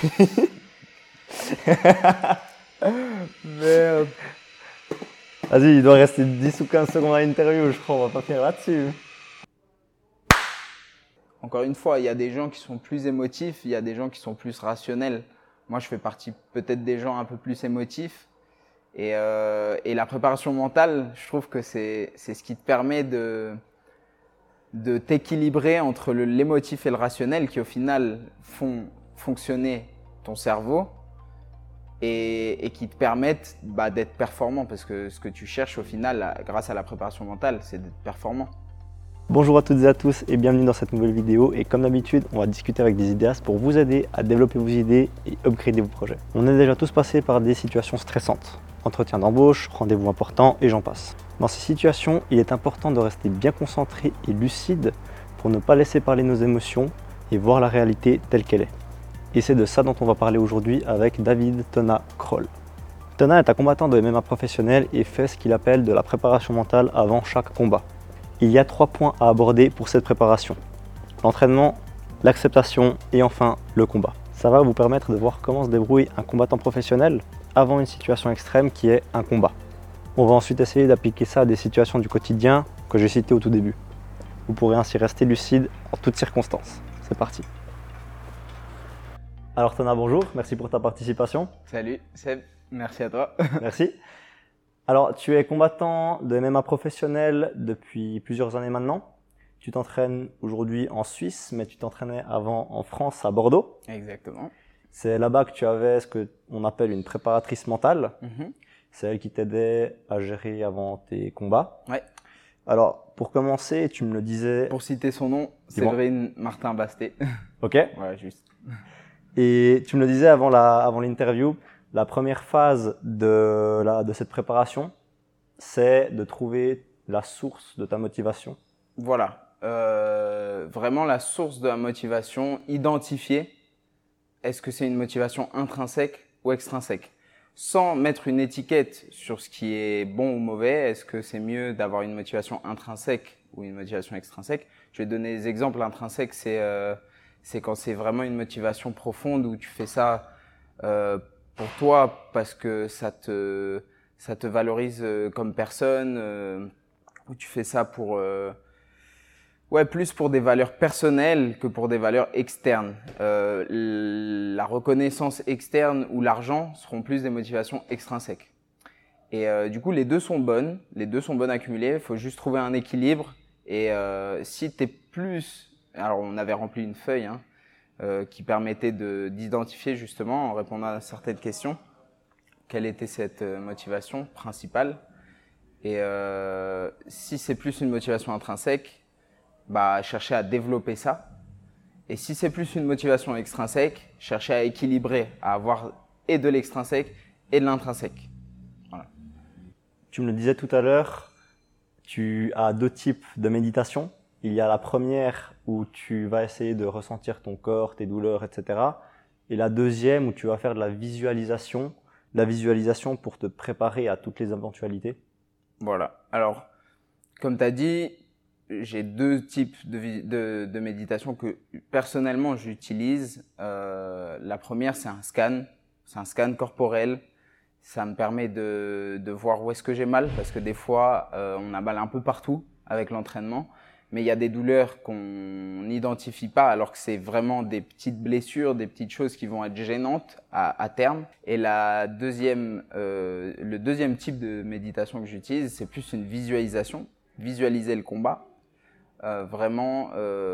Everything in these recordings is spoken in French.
Merde. Vas-y, il doit rester 10 ou 15 secondes à l'interview, je crois. On va pas finir là-dessus. Encore une fois, il y a des gens qui sont plus émotifs, il y a des gens qui sont plus rationnels. Moi, je fais partie peut-être des gens un peu plus émotifs. Et la préparation mentale, je trouve que c'est ce qui te permet de t'équilibrer entre l'émotif et le rationnel qui, au final, font fonctionner ton cerveau et qui te permettent d'être performant. Parce que ce que tu cherches, au final, grâce à la préparation mentale, c'est d'être performant. Bonjour à toutes et à tous et bienvenue dans cette nouvelle vidéo. Et comme d'habitude, on va discuter avec des idéastes pour vous aider à développer vos idées et upgrader vos projets. On est déjà tous passés par des situations stressantes. Entretien d'embauche, rendez-vous important et j'en passe. Dans ces situations, il est important de rester bien concentré et lucide pour ne pas laisser parler nos émotions et voir la réalité telle qu'elle est. Et c'est de ça dont on va parler aujourd'hui avec David Tona Kroll. Tona est un combattant de MMA professionnel et fait ce qu'il appelle de la préparation mentale avant chaque combat. Il y a 3 points à aborder pour cette préparation. L'entraînement, l'acceptation et enfin le combat. Ça va vous permettre de voir comment se débrouille un combattant professionnel avant une situation extrême qui est un combat. On va ensuite essayer d'appliquer ça à des situations du quotidien que j'ai citées au tout début. Vous pourrez ainsi rester lucide en toutes circonstances. C'est parti. Alors Tona, bonjour, merci pour ta participation. Salut Seb, merci à toi. Merci. Alors, tu es combattant de MMA professionnel depuis plusieurs années maintenant. Tu t'entraînes aujourd'hui en Suisse, mais tu t'entraînais avant en France, à Bordeaux. Exactement. C'est là-bas que tu avais ce qu'on appelle une préparatrice mentale. C'est elle qui t'aidait à gérer avant tes combats. Ouais. Alors, pour commencer, tu me le disais… Pour citer son nom, Dis-moi. Séverine Martin Basté. Ok. Ouais, juste. Et tu me le disais avant l'interview, la première phase de cette préparation, c'est de trouver la source de ta motivation. Voilà. Vraiment la source de la motivation, identifier est-ce que c'est une motivation intrinsèque ou extrinsèque. Sans mettre une étiquette sur ce qui est bon ou mauvais, est-ce que c'est mieux d'avoir une motivation intrinsèque ou une motivation extrinsèque. Je vais donner des exemples. Intrinsèques, c'est quand c'est vraiment une motivation profonde où tu fais ça pour toi parce que ça te valorise comme personne, où tu fais ça pour plus pour des valeurs personnelles que pour des valeurs externes. La reconnaissance externe ou l'argent seront plus des motivations extrinsèques. Et du coup, les deux sont bonnes accumulées. Il faut juste trouver un équilibre. Et si t'es plus, alors on avait rempli une feuille qui permettait d'identifier justement en répondant à certaines questions quelle était cette motivation principale. Et si c'est plus une motivation intrinsèque, chercher à développer ça. Et si c'est plus une motivation extrinsèque, chercher à équilibrer, à avoir et de l'extrinsèque et de l'intrinsèque. Voilà. Tu me le disais tout à l'heure, tu as 2 types de méditation. Il y a la première où tu vas essayer de ressentir ton corps, tes douleurs, etc. Et la deuxième où tu vas faire de la visualisation pour te préparer à toutes les éventualités. Voilà. Alors, comme tu as dit, j'ai 2 types de méditation que personnellement j'utilise. La première, c'est un scan corporel. Ça me permet de voir où est-ce que j'ai mal parce que des fois, on a mal un peu partout avec l'entraînement. Mais il y a des douleurs qu'on n'identifie pas alors que c'est vraiment des petites blessures, des petites choses qui vont être gênantes à terme. Et le deuxième type de méditation que j'utilise, c'est plus une visualisation, visualiser le combat. Vraiment,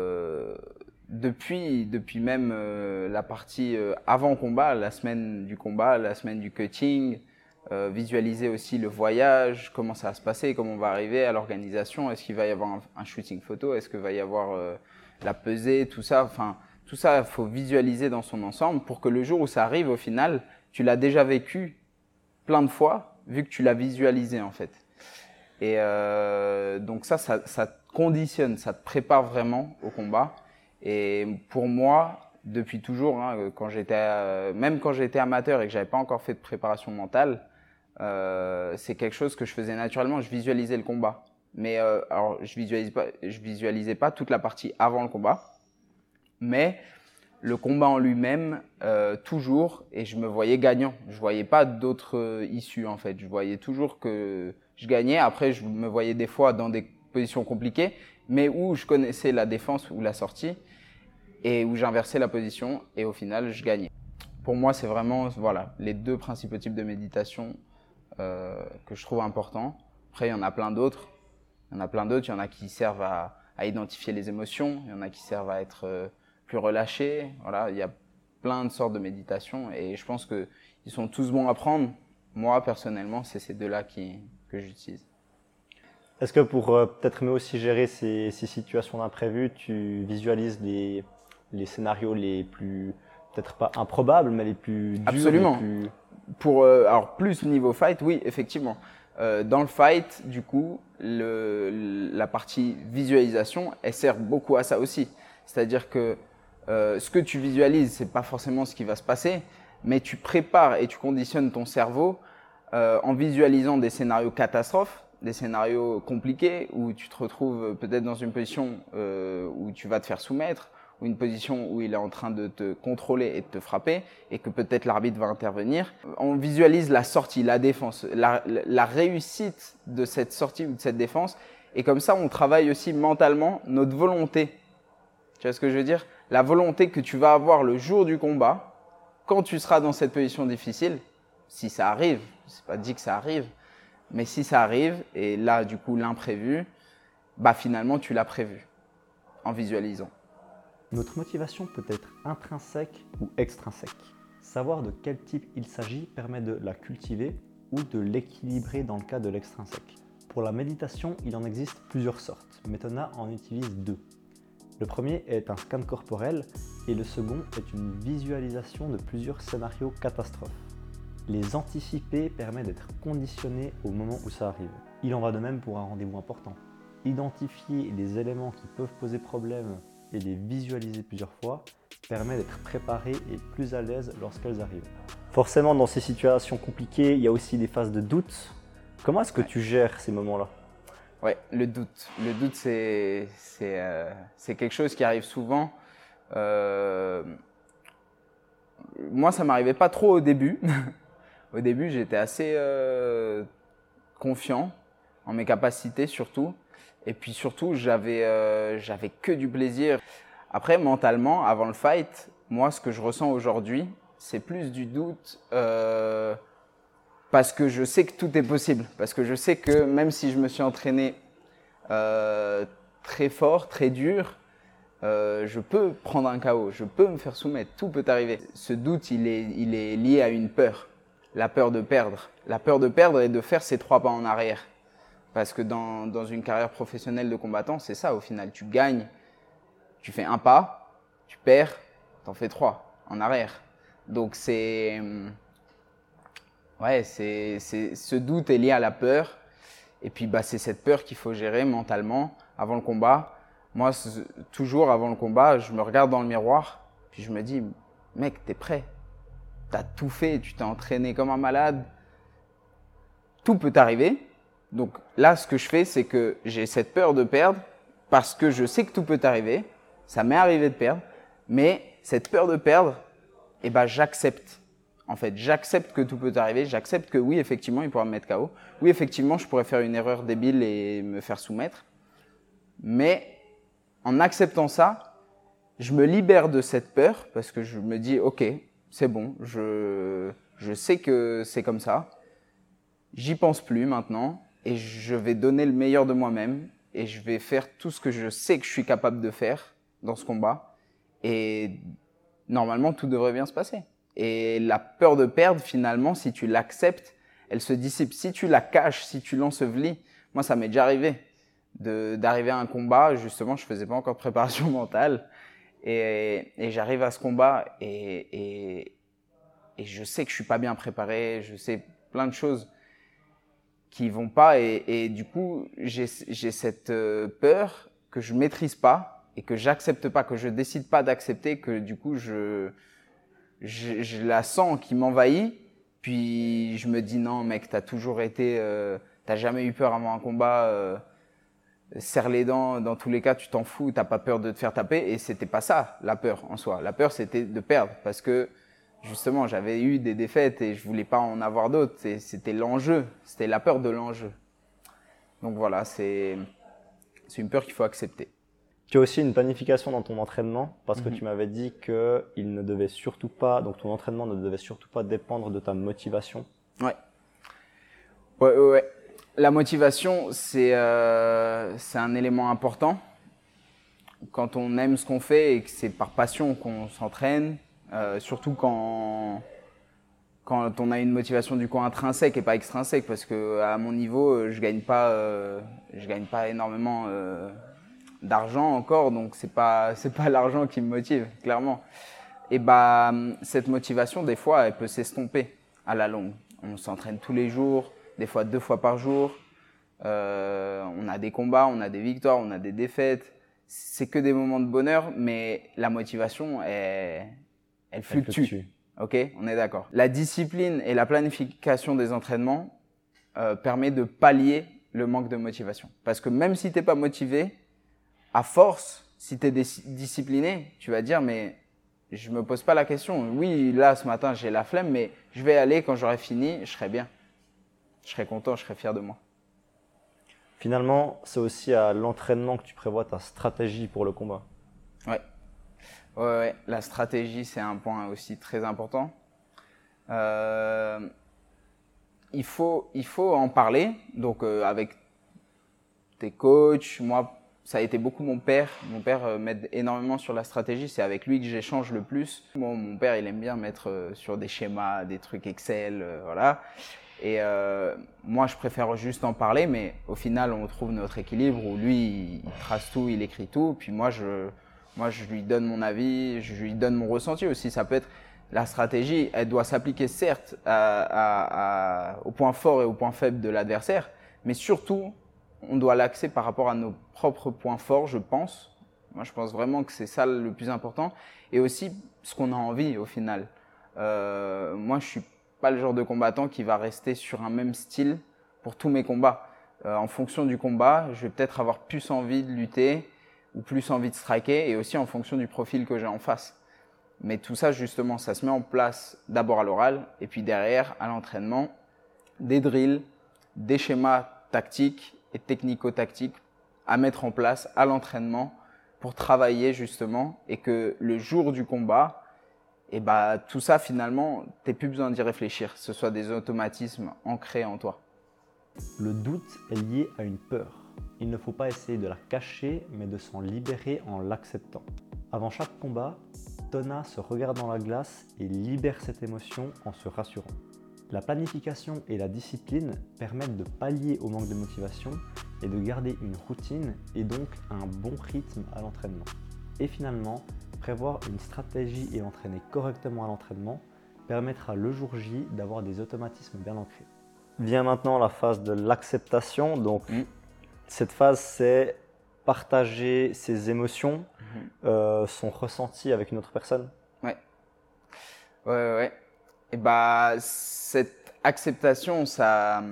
depuis même la partie avant combat, la semaine du combat, la semaine du cutting, visualiser aussi le voyage, comment ça va se passer, comment on va arriver à l'organisation, est-ce qu'il va y avoir un shooting photo, est-ce qu'il va y avoir la pesée, tout ça. Enfin, tout ça, il faut visualiser dans son ensemble pour que le jour où ça arrive, au final, tu l'as déjà vécu plein de fois, vu que tu l'as visualisé en fait. Et donc ça te conditionne, ça te prépare vraiment au combat. Et pour moi, depuis toujours, même quand j'étais amateur et que j'avais pas encore fait de préparation mentale, c'est quelque chose que je faisais naturellement. Je visualisais le combat, mais alors je visualisais pas toute la partie avant le combat, mais le combat en lui-même, toujours, et je me voyais gagnant. Je voyais pas d'autres issues en fait. Je voyais toujours que je gagnais. Après, je me voyais des fois dans des positions compliquées, mais où je connaissais la défense ou la sortie, et où j'inversais la position, et au final, je gagnais. Pour moi, c'est vraiment voilà, les deux principaux types de méditation que je trouve importants. Après, il y en a plein d'autres. Il y en a qui servent à identifier les émotions, il y en a qui servent à être plus relâchés. Voilà, il y a plein de sortes de méditation et je pense qu'ils sont tous bons à prendre. Moi, personnellement, c'est ces deux-là que j'utilise. Est-ce que pour peut-être mieux aussi gérer ces situations d'imprévu, tu visualises les scénarios les plus, peut-être pas improbables, mais les plus durs? Absolument. Les plus... Alors, plus niveau fight, oui, effectivement. Dans le fight, du coup, la partie visualisation, elle sert beaucoup à ça aussi. C'est-à-dire que ce que tu visualises, c'est pas forcément ce qui va se passer, mais tu prépares et tu conditionnes ton cerveau en visualisant des scénarios catastrophes, des scénarios compliqués où tu te retrouves peut-être dans une position où tu vas te faire soumettre, ou une position où il est en train de te contrôler et de te frapper, et que peut-être l'arbitre va intervenir. On visualise la sortie, la défense, la réussite de cette sortie ou de cette défense, et comme ça, on travaille aussi mentalement notre volonté. Tu vois ce que je veux dire? La volonté que tu vas avoir le jour du combat, quand tu seras dans cette position difficile, si ça arrive, c'est pas dit que ça arrive, mais si ça arrive, et là, du coup, l'imprévu, bah finalement, tu l'as prévu en visualisant. Notre motivation peut être intrinsèque ou extrinsèque. Savoir de quel type il s'agit permet de la cultiver ou de l'équilibrer dans le cas de l'extrinsèque. Pour la méditation, il en existe plusieurs sortes. Metona en utilise deux. Le premier est un scan corporel et le second est une visualisation de plusieurs scénarios catastrophes. Les anticiper permet d'être conditionné au moment où ça arrive. Il en va de même pour un rendez-vous important. Identifier les éléments qui peuvent poser problème et les visualiser plusieurs fois permet d'être préparé et plus à l'aise lorsqu'elles arrivent. Forcément, dans ces situations compliquées, il y a aussi des phases de doute. Comment est-ce que tu gères ces moments-là? Ouais, le doute. Le doute, c'est quelque chose qui arrive souvent. Moi, ça m'arrivait pas trop au début. Au début, j'étais assez confiant en mes capacités surtout. Et puis surtout, j'avais que du plaisir. Après, mentalement, avant le fight, moi, ce que je ressens aujourd'hui, c'est plus du doute parce que je sais que tout est possible. Parce que je sais que même si je me suis entraîné très fort, très dur, je peux prendre un KO, je peux me faire soumettre, tout peut arriver. Ce doute, il est lié à une peur, la peur de perdre. La peur de perdre et de faire ces 3 pas en arrière. Parce que dans une carrière professionnelle de combattant, c'est ça au final. Tu gagnes, tu fais un pas, tu perds, t'en fais 3 en arrière. Donc ouais, ce doute est lié à la peur. Et puis bah, c'est cette peur qu'il faut gérer mentalement avant le combat. Moi, toujours avant le combat, je me regarde dans le miroir, puis je me dis, mec, t'es prêt. T'as tout fait, tu t'es entraîné comme un malade. Tout peut t'arriver. Donc là, ce que je fais, c'est que j'ai cette peur de perdre parce que je sais que tout peut arriver. Ça m'est arrivé de perdre, mais cette peur de perdre, eh ben, j'accepte. En fait, j'accepte que tout peut arriver. J'accepte que oui, effectivement, il pourra me mettre KO. Oui, effectivement, je pourrais faire une erreur débile et me faire soumettre. Mais en acceptant ça, je me libère de cette peur parce que je me dis, ok, c'est bon, je sais que c'est comme ça. J'y pense plus maintenant et je vais donner le meilleur de moi-même et je vais faire tout ce que je sais que je suis capable de faire dans ce combat et normalement tout devrait bien se passer. Et la peur de perdre, finalement, si tu l'acceptes, elle se dissipe. Si tu la caches, si tu l'ensevelis, moi ça m'est déjà arrivé d'arriver à un combat, justement je faisais pas encore de préparation mentale et j'arrive à ce combat et je sais que je suis pas bien préparé, je sais plein de choses qui vont pas et du coup j'ai cette peur que je maîtrise pas et que j'accepte pas, que je décide pas d'accepter, que du coup je la sens qui m'envahit, puis je me dis non mec, t'as toujours été, t'as jamais eu peur avant un combat, serre les dents, dans tous les cas, tu t'en fous, t'as pas peur de te faire taper. Et c'était pas ça, la peur en soi. La peur, c'était de perdre parce que justement, j'avais eu des défaites et je voulais pas en avoir d'autres. C'était l'enjeu, c'était la peur de l'enjeu. Donc voilà, c'est une peur qu'il faut accepter. Tu as aussi une planification dans ton entraînement parce que tu m'avais dit que il ne devait surtout pas, donc ton entraînement ne devait surtout pas dépendre de ta motivation. Ouais. Ouais. La motivation, c'est un élément important. Quand on aime ce qu'on fait et que c'est par passion qu'on s'entraîne, surtout quand on a une motivation du coup intrinsèque et pas extrinsèque, parce que à mon niveau, je gagne pas énormément d'argent encore, donc c'est pas l'argent qui me motive, clairement. Et bah cette motivation, des fois, elle peut s'estomper à la longue. On s'entraîne tous les jours, des fois 2 fois par jour. On a des combats, on a des victoires, on a des défaites. C'est que des moments de bonheur, mais la motivation, elle fluctue. Ok, on est d'accord. La discipline et la planification des entraînements permet de pallier le manque de motivation. Parce que même si tu n'es pas motivé, à force, si tu es discipliné, tu vas dire mais je me pose pas la question. Oui, là ce matin j'ai la flemme, mais je vais aller quand j'aurai fini, je serai bien. Je serai content, je serai fier de moi. Finalement, c'est aussi à l'entraînement que tu prévois ta stratégie pour le combat. Ouais. La stratégie, c'est un point aussi très important. Il faut en parler. Donc, avec tes coachs, moi, ça a été beaucoup mon père. Mon père m'aide énormément sur la stratégie. C'est avec lui que j'échange le plus. Mon père, il aime bien mettre sur des schémas, des trucs Excel, voilà. Et moi, je préfère juste en parler, mais au final, on trouve notre équilibre où lui, il trace tout, il écrit tout. Puis moi, je lui donne mon avis, je lui donne mon ressenti aussi. Ça peut être la stratégie, elle doit s'appliquer certes aux points forts et aux points faibles de l'adversaire, mais surtout, on doit l'axer par rapport à nos propres points forts, je pense. Moi, je pense vraiment que c'est ça le plus important. Et aussi, ce qu'on a envie au final. Moi, je suis pas le genre de combattant qui va rester sur un même style pour tous mes combats. En fonction du combat, je vais peut-être avoir plus envie de lutter ou plus envie de striker et aussi en fonction du profil que j'ai en face. Mais tout ça, justement, ça se met en place d'abord à l'oral et puis derrière, à l'entraînement, des drills, des schémas tactiques et technico-tactiques à mettre en place à l'entraînement pour travailler justement et que le jour du combat, et bah, tout ça, finalement, tu n'as plus besoin d'y réfléchir, que ce soit des automatismes ancrés en toi. Le doute est lié à une peur. Il ne faut pas essayer de la cacher, mais de s'en libérer en l'acceptant. Avant chaque combat, Tona se regarde dans la glace et libère cette émotion en se rassurant. La planification et la discipline permettent de pallier au manque de motivation et de garder une routine et donc un bon rythme à l'entraînement. Et finalement, prévoir une stratégie et entraîner correctement à l'entraînement permettra le jour J d'avoir des automatismes bien ancrés. Vient maintenant la phase de l'acceptation. Donc, cette phase, c'est partager ses émotions, son ressenti avec une autre personne. Ouais. Et bah, cette acceptation, ça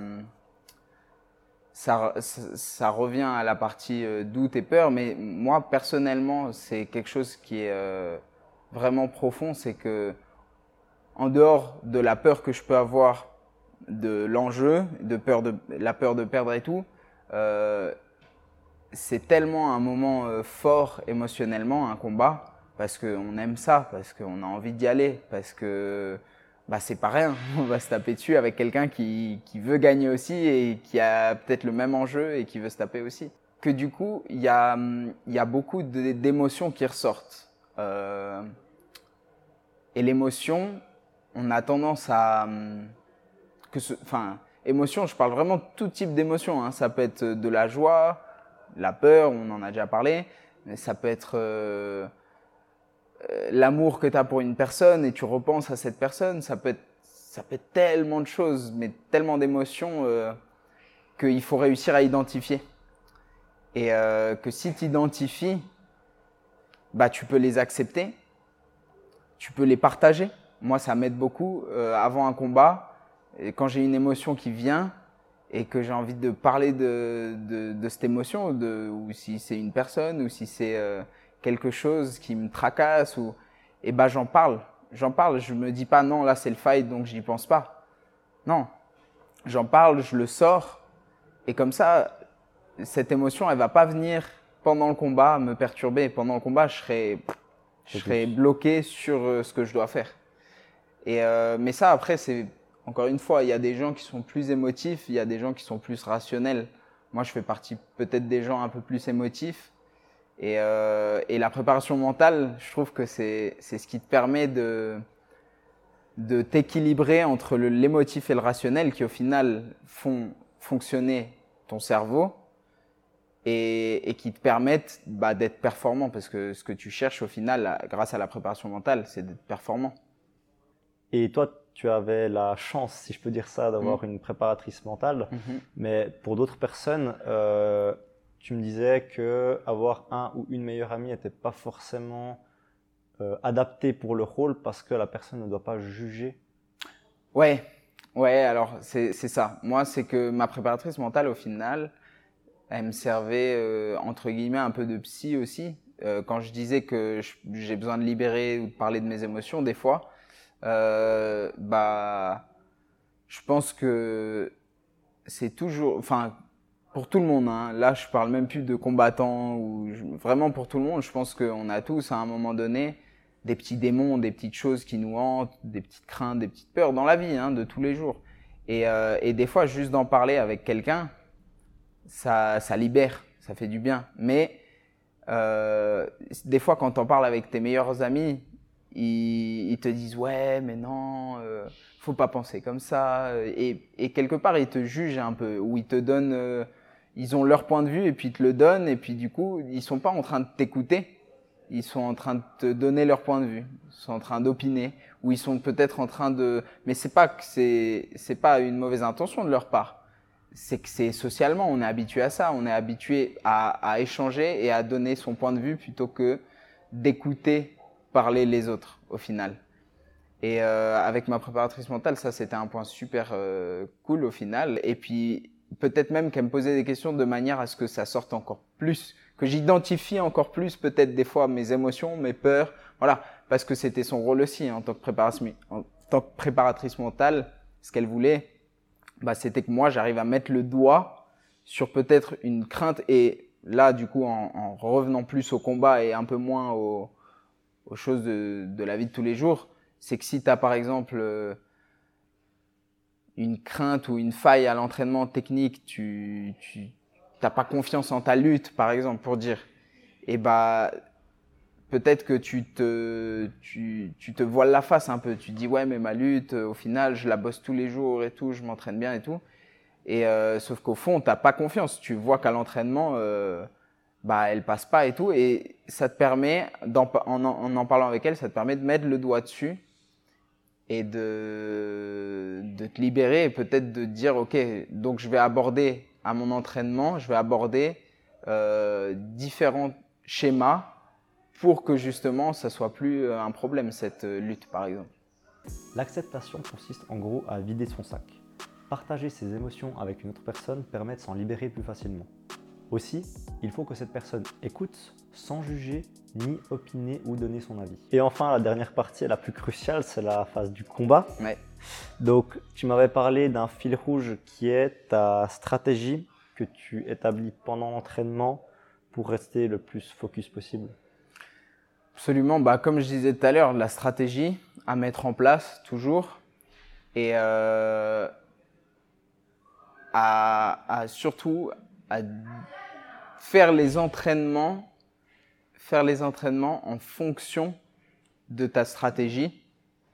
revient à la partie doute et peur, mais moi personnellement, c'est quelque chose qui est vraiment profond, c'est que en dehors de la peur que je peux avoir de l'enjeu, la peur de perdre et tout, c'est tellement un moment fort émotionnellement, un combat, parce qu'on aime ça, parce qu'on a envie d'y aller, parce que bah, c'est pas rien, on va se taper dessus avec quelqu'un qui veut gagner aussi et qui a peut-être le même enjeu et qui veut se taper aussi. Que du coup, il y a beaucoup d'émotions qui ressortent. Et l'émotion, on a tendance à… émotion, je parle vraiment de tout type d'émotion, hein. Ça peut être de la joie, la peur, on en a déjà parlé, mais ça peut être… l'amour que tu as pour une personne et tu repenses à cette personne, ça peut être tellement de choses, mais tellement d'émotions qu'il faut réussir à identifier. Et que si tu identifies, bah, tu peux les accepter, tu peux les partager. Moi, ça m'aide beaucoup avant un combat. Et quand j'ai une émotion qui vient, et que j'ai envie de parler de cette émotion, ou si c'est une personne, ou si c'est quelque chose qui me tracasse, et ben j'en parle. Je me dis pas non, là c'est le fight donc j'y pense pas. Non, j'en parle, je le sors, et comme ça, cette émotion, elle va pas venir pendant le combat me perturber. Pendant le combat, je serai bloqué sur ce que je dois faire. Mais ça, après, c'est encore une fois, il y a des gens qui sont plus émotifs, il y a des gens qui sont plus rationnels. Moi, je fais partie peut-être des gens un peu plus émotifs. Et la préparation mentale, je trouve que c'est ce qui te permet de t'équilibrer entre l'émotif et le rationnel qui, au final, font fonctionner ton cerveau et qui te permettent d'être performant. Parce que ce que tu cherches, au final, grâce à la préparation mentale, c'est d'être performant. Et toi, tu avais la chance, si je peux dire ça, d'avoir une préparatrice mentale. Mais pour d'autres personnes, tu me disais qu'avoir un ou une meilleure amie n'était pas forcément adapté pour le rôle parce que la personne ne doit pas juger. Ouais, alors c'est ça. Moi, c'est que ma préparatrice mentale, au final, elle me servait, entre guillemets, un peu de psy aussi. Quand je disais que j'ai besoin de libérer ou de parler de mes émotions, des fois, je pense que c'est toujours, enfin, pour tout le monde, hein, là je parle même plus de combattants vraiment pour tout le monde, je pense qu'on a tous à un moment donné des petits démons, des petites choses qui nous hantent, des petites craintes, des petites peurs dans la vie, hein, de tous les jours. Et des fois, juste d'en parler avec quelqu'un, ça libère, ça fait du bien. Mais des fois, quand t'en parles avec tes meilleurs amis, ils te disent ouais mais non, faut pas penser comme ça, et quelque part ils te jugent un peu, ou ils te donnent, ils ont leur point de vue et puis ils te le donnent, et puis du coup ils sont pas en train de t'écouter, ils sont en train de te donner leur point de vue, ils sont en train d'opiner, ou ils sont peut-être en train de, mais c'est pas que c'est pas une mauvaise intention de leur part, c'est que c'est socialement on est habitué à ça, on est habitué à échanger et à donner son point de vue plutôt que d'écouter parler les autres au final. Et avec ma préparatrice mentale, ça c'était un point super cool au final. Et puis peut-être même qu'elle me posait des questions de manière à ce que ça sorte encore plus, que j'identifie encore plus peut-être des fois mes émotions, mes peurs, voilà, parce que c'était son rôle aussi, hein, en tant que préparatrice mentale. Ce qu'elle voulait, c'était que moi j'arrive à mettre le doigt sur peut-être une crainte, et là du coup en revenant plus au combat et un peu moins aux choses de la vie de tous les jours, c'est que si tu as par exemple une crainte ou une faille à l'entraînement technique, tu n'as pas confiance en ta lutte par exemple, pour dire, et peut-être que tu te voiles la face un peu, tu dis ouais mais ma lutte au final je la bosse tous les jours et tout, je m'entraîne bien et tout, et sauf qu'au fond t'as pas confiance, tu vois qu'à l'entraînement elle passe pas et tout, et ça te permet, en parlant avec elle, ça te permet de mettre le doigt dessus et de te libérer, et peut-être de te dire ok, donc je vais aborder à mon entraînement, je vais aborder différents schémas pour que justement ça soit plus un problème, cette lutte par exemple. L'acceptation consiste en gros à vider son sac. Partager ses émotions avec une autre personne permet de s'en libérer plus facilement. Aussi, il faut que cette personne écoute sans juger ni opiner ou donner son avis. Et enfin, la dernière partie, la plus cruciale, c'est la phase du combat. Ouais. Donc, tu m'avais parlé d'un fil rouge qui est ta stratégie que tu établis pendant l'entraînement pour rester le plus focus possible. Absolument, comme je disais tout à l'heure, la stratégie à mettre en place toujours, et surtout à faire les entraînements en fonction de ta stratégie.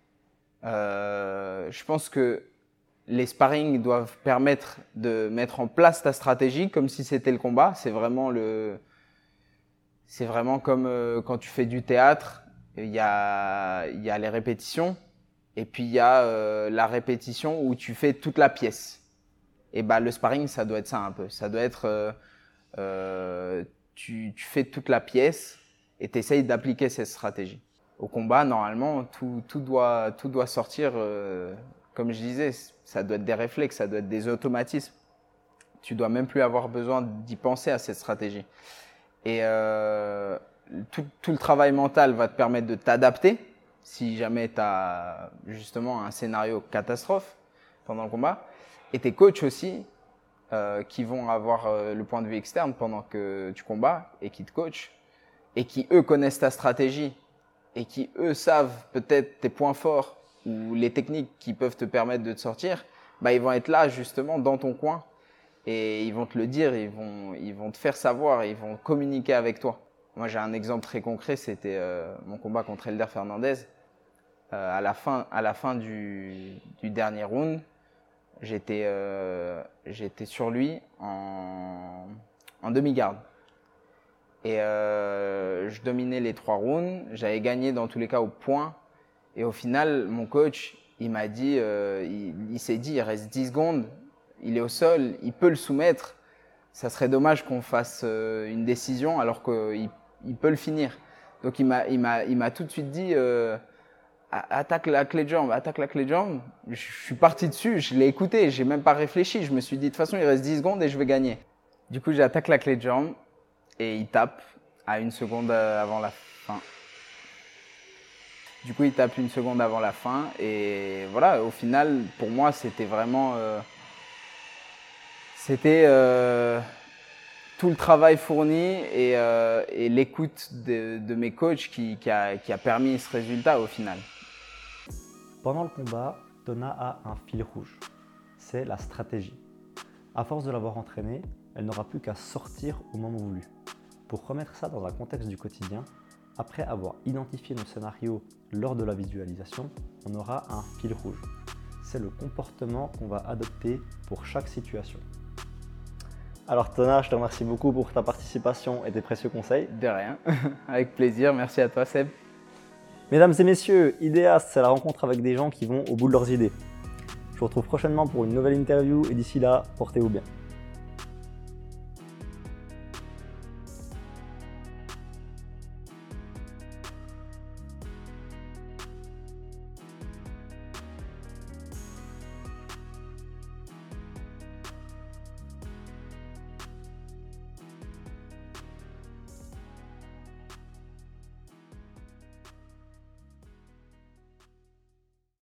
Je pense que les sparring doivent permettre de mettre en place ta stratégie comme si c'était le combat. C'est vraiment comme quand tu fais du théâtre, il y a les répétitions, et puis il y a la répétition où tu fais toute la pièce. Et le sparring, ça doit être ça un peu. Ça doit être tu fais toute la pièce et tu essayes d'appliquer cette stratégie. Au combat, normalement, tout doit sortir, comme je disais, ça doit être des réflexes, ça doit être des automatismes. tu dois même plus avoir besoin d'y penser à cette stratégie. Et tout le travail mental va te permettre de t'adapter si jamais tu as justement un scénario catastrophe pendant le combat. Et tes coachs aussi, qui vont avoir le point de vue externe pendant que tu combats et qui te coachent et qui, eux, connaissent ta stratégie et qui, eux, savent peut-être tes points forts ou les techniques qui peuvent te permettre de te sortir, bah, ils vont être là justement dans ton coin et ils vont te le dire, ils vont te faire savoir, ils vont communiquer avec toi. Moi, j'ai un exemple très concret, c'était mon combat contre Elder Fernandez. À la fin du dernier round, j'étais sur lui en demi-garde. Et je dominais les 3 rounds, j'avais gagné dans tous les cas au point. Et au final, mon coach, il m'a dit, il s'est dit, il reste 10 secondes, il est au sol, il peut le soumettre. Ça serait dommage qu'on fasse une décision alors qu'il peut le finir. Donc il m'a tout de suite dit, attaque la clé de jambe, attaque la clé de jambe. Je suis parti dessus, je l'ai écouté, j'ai même pas réfléchi. Je me suis dit, de toute façon, il reste 10 secondes et je vais gagner. Du coup, j'attaque la clé de jambe et il tape à 1 seconde avant la fin. Du coup, il tape 1 seconde avant la fin. Et voilà, au final, pour moi, c'était vraiment… tout le travail fourni et l'écoute de mes coachs qui a permis ce résultat au final. Pendant le combat, Tona a un fil rouge. C'est la stratégie. À force de l'avoir entraînée, elle n'aura plus qu'à sortir au moment voulu. Pour remettre ça dans un contexte du quotidien, après avoir identifié nos scénarios lors de la visualisation, on aura un fil rouge. C'est le comportement qu'on va adopter pour chaque situation. Alors Tona, je te remercie beaucoup pour ta participation et tes précieux conseils. De rien, avec plaisir, merci à toi Seb. Mesdames et messieurs, Ideas, c'est la rencontre avec des gens qui vont au bout de leurs idées. Je vous retrouve prochainement pour une nouvelle interview et d'ici là, portez-vous bien.